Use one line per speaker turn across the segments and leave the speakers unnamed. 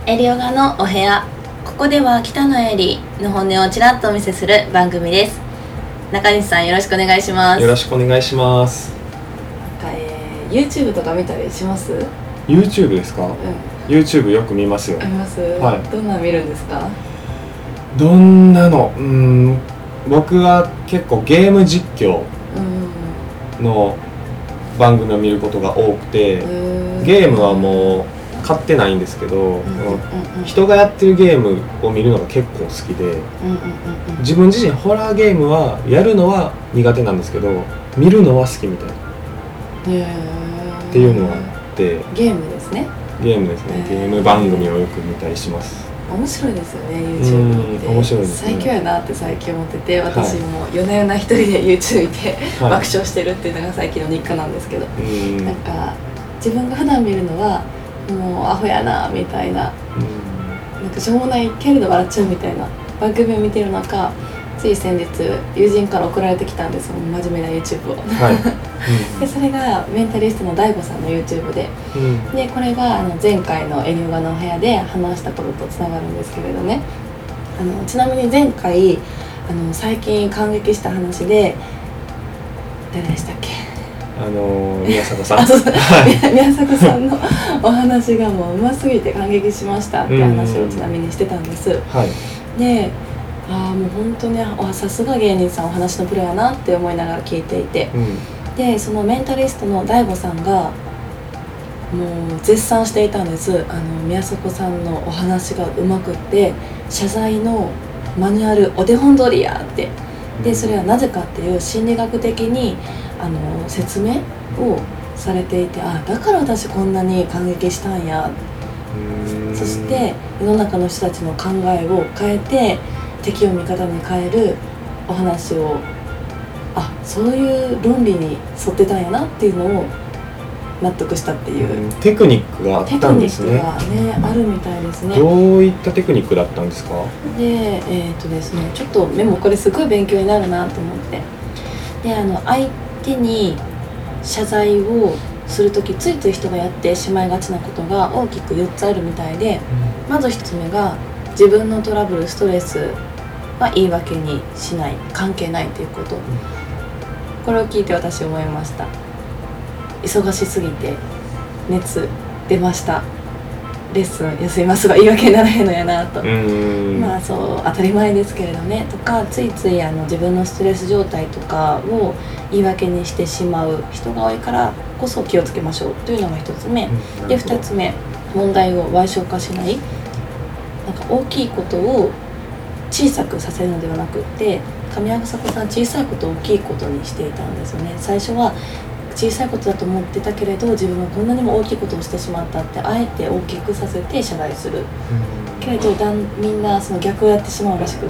エリオガのお部屋。ここでは北野エリの本音をちらっとお見せする番組です。中西さん、よろしくお願いします。
よろしくお願いします。
YouTube とか見たりします？
YouTube ですか？YouTube よく見ますよ。
見ます？
はい。
どんな見るんですか？
どんなの？僕は結構ゲーム実況の番組を見ることが多くて、ゲームはもう買ってないんですけど、人がやってるゲームを見るのが結構好きで、自分自身ホラーゲームはやるのは苦手なんですけど、見るのは好きみたいな、っていうのがあって。
ゲームですね。
ゲームですね。ゲーム番組をよく見たりします。
面白いですよね、 YouTube って。
面白いですね。
最強やなって最近思ってて、私も夜な夜な一人で YouTube 見て、爆笑してるっていうのが最近の日課なんですけど、なんか自分が普段見るのはもうアホやなみたいな、なんかしょうもないけれど笑っちゃうみたいな番組を見てる中、つい先日友人から送られてきたんです、真面目な YouTube を、でそれがメンタリストの DAIGO さんの YouTube で、でこれが前回のエリオガのお部屋で話したこととつながるんですけれどね、ちなみに前回最近感激した話で、誰でしたっけ、
宮迫さん
宮迫さんのお話がもううますぎて感激しましたって話をちなみにしてたんです。で、もう本当にさすが芸人さん、お話のプロやなって思いながら聞いていて、でそのメンタリストの DAIGO さんがもう絶賛していたんです。宮迫さんのお話がうまくって、謝罪のマニュアルお手本通りやって。でそれはなぜかっていう心理学的に説明をされていて、だから私こんなに感激したんや。そして世の中の人たちの考えを変えて敵を味方に変えるお話を、そういう論理に沿ってたんやなっていうのを納得したっていう、
テクニックがあったんですね。
テクニックがね、あるみたいですね。
どういったテクニックだったんですか？
でですね、ちょっとメモ、これすごい勉強になるなと思って、で相手に謝罪をするとき、ついつい人がやってしまいがちなことが大きく4つあるみたいで、まず1つ目が自分のトラブル、ストレスは言い訳にしない、関係ないということ、これを聞いて私思いました。忙しすぎて熱出ました、レッスン休みますが言い訳にならへんのやなと。そう当たり前ですけれどね、とか、ついつい自分のストレス状態とかを言い訳にしてしまう人が多いからこそ気をつけましょうというのが1つ目、で2つ目、問題を矮小化しない、なんか大きいことを小さくさせるのではなくって、宮迫さん小さいことを大きいことにしていたんですよね。最初は小さいことだと思ってたけれど、自分はこんなにも大きいことをしてしまったってあえて大きくさせて謝罪する、けれどみんなその逆をやってしまうらしくって、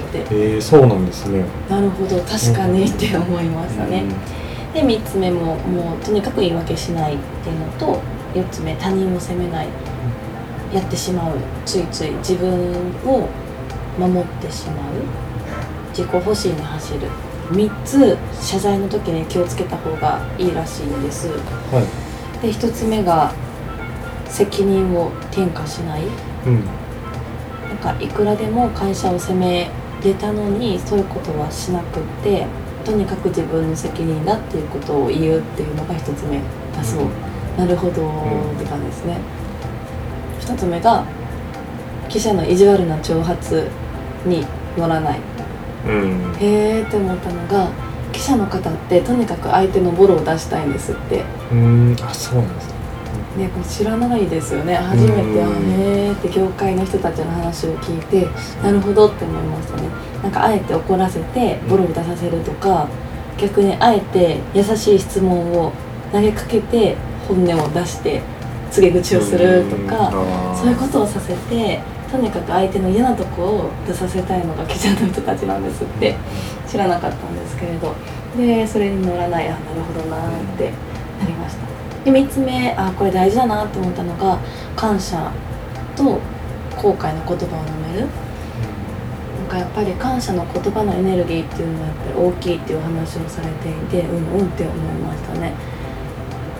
そうなんですね。
なるほど、確かにって思いましたね。で3つ目もうとにかく言い訳しないっていうのと、4つ目他人を責めない、やってしまう、ついつい自分を守ってしまう、自己保身に走る、3つ謝罪の時に気をつけた方がいいらしいんです。で1つ目が責任を転嫁しない、なんかいくらでも会社を責めれたのにそういうことはしなくって、とにかく自分の責任だっていうことを言うっていうのが1つ目だそう、なるほどって感じですね。2つ目が記者の意地悪な挑発に乗らない、へーって思ったのが、記者の方ってとにかく相手のボロを出したいんですって。
そうなんですね。
これ知らないですよね。初めてへーって業界の人たちの話を聞いて、なるほどって思いましたね。なんかあえて怒らせてボロを出させるとか、逆にあえて優しい質問を投げかけて本音を出して告げ口をするとか、そういうことをさせて、とにかく相手の嫌なとこを出させたいのが記者の人たちなんですって。知らなかったんですけれど、でそれに乗らない、なるほどなってなりました。で3つ目、これ大事だなと思ったのが、感謝と後悔の言葉を述べる。なんかやっぱり感謝の言葉のエネルギーっていうのはやっぱり大きいっていうお話をされていて、って思いましたね。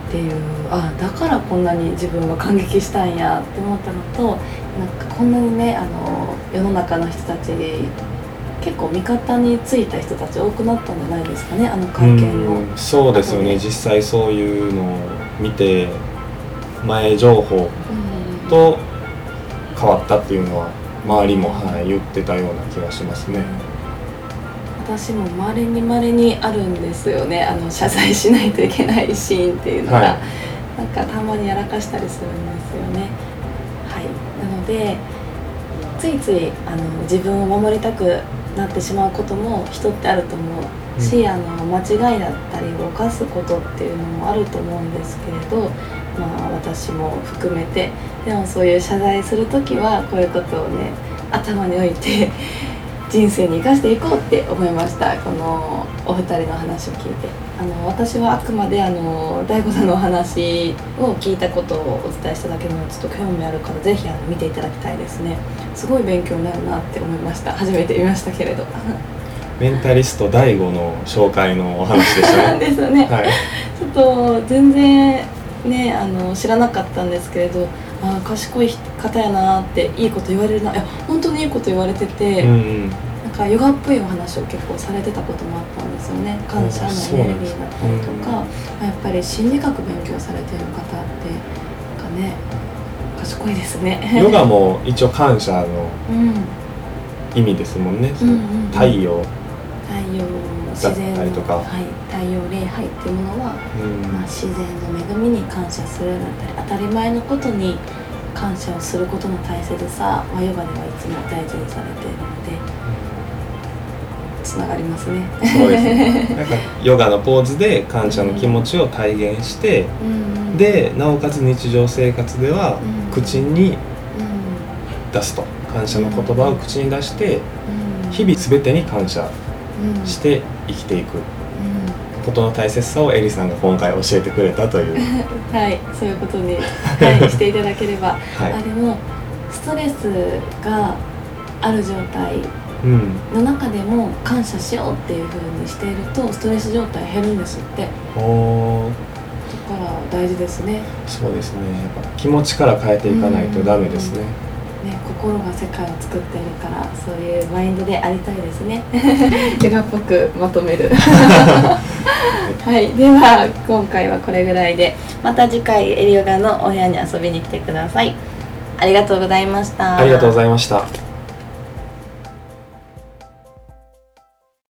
っていう、だからこんなに自分は感激したんやって思ったのと、なんかこんなにね世の中の人たち結構味方についた人たち多くなったんじゃないですかね、会見の。
そうですよね、実際そういうのを見て前情報と変わったっていうのは周りも、言ってたような気がしますね。
私も稀にあるんですよね、謝罪しないといけないシーンっていうのが、なんかたまにやらかしたりするんですよね。はい、なのでついつい自分を守りたくなってしまうことも人ってあると思うし、間違いだったりを犯すことっていうのもあると思うんですけれど、私も含めて、でもそういう謝罪するときはこういうことをね頭に置いて人生に生かしていこうって思いました。このお二人の話を聞いて、私はあくまで大悟さんのお話を聞いたことをお伝えしただけのちょっと興味あるからぜひ見ていただきたいですね。すごい勉強になるなって思いました。初めて見ましたけれど
メンタリスト大悟の紹介のお話でしたね
ですね、
はい、
ちょっと全然ね知らなかったんですけれど、賢い方やなっていいこと言われるな、本当にいいこと言われてて、なんかヨガっぽいお話を結構されてたこともあったんですよね。感謝のエネルギーだったりとか、やっぱり心理学勉強されてる方ってなんかね賢いですね。
ヨガも一応感謝の意味ですもんね、太陽
自然の太陽礼拝っていうものは、自然の恵みに感謝するだったり当たり前のことに感謝をすることの大切さはヨガではいつも大事にされているのでつながりますね。
そうですね。なんかヨガのポーズで感謝の気持ちを体現して、でなおかつ日常生活では口に出すと、感謝の言葉を口に出して日々全てに感謝して生きていくことの大切さをエリさんが今回教えてくれたという
はい、そういうことに、していただければ、でもストレスがある状態の中でも感謝しようっていう風にしているとストレス状態減るんですって。だから大事ですね。
そうですね、やっぱ気持ちから変えていかないとダメですね。
心が世界を作っているからそういうマインドでありたいですね。ヨガっぽくまとめるはい、では今回はこれぐらいで、また次回エリヨガのお部屋に遊びに来てください。ありがとうございました。
ありがとうございました。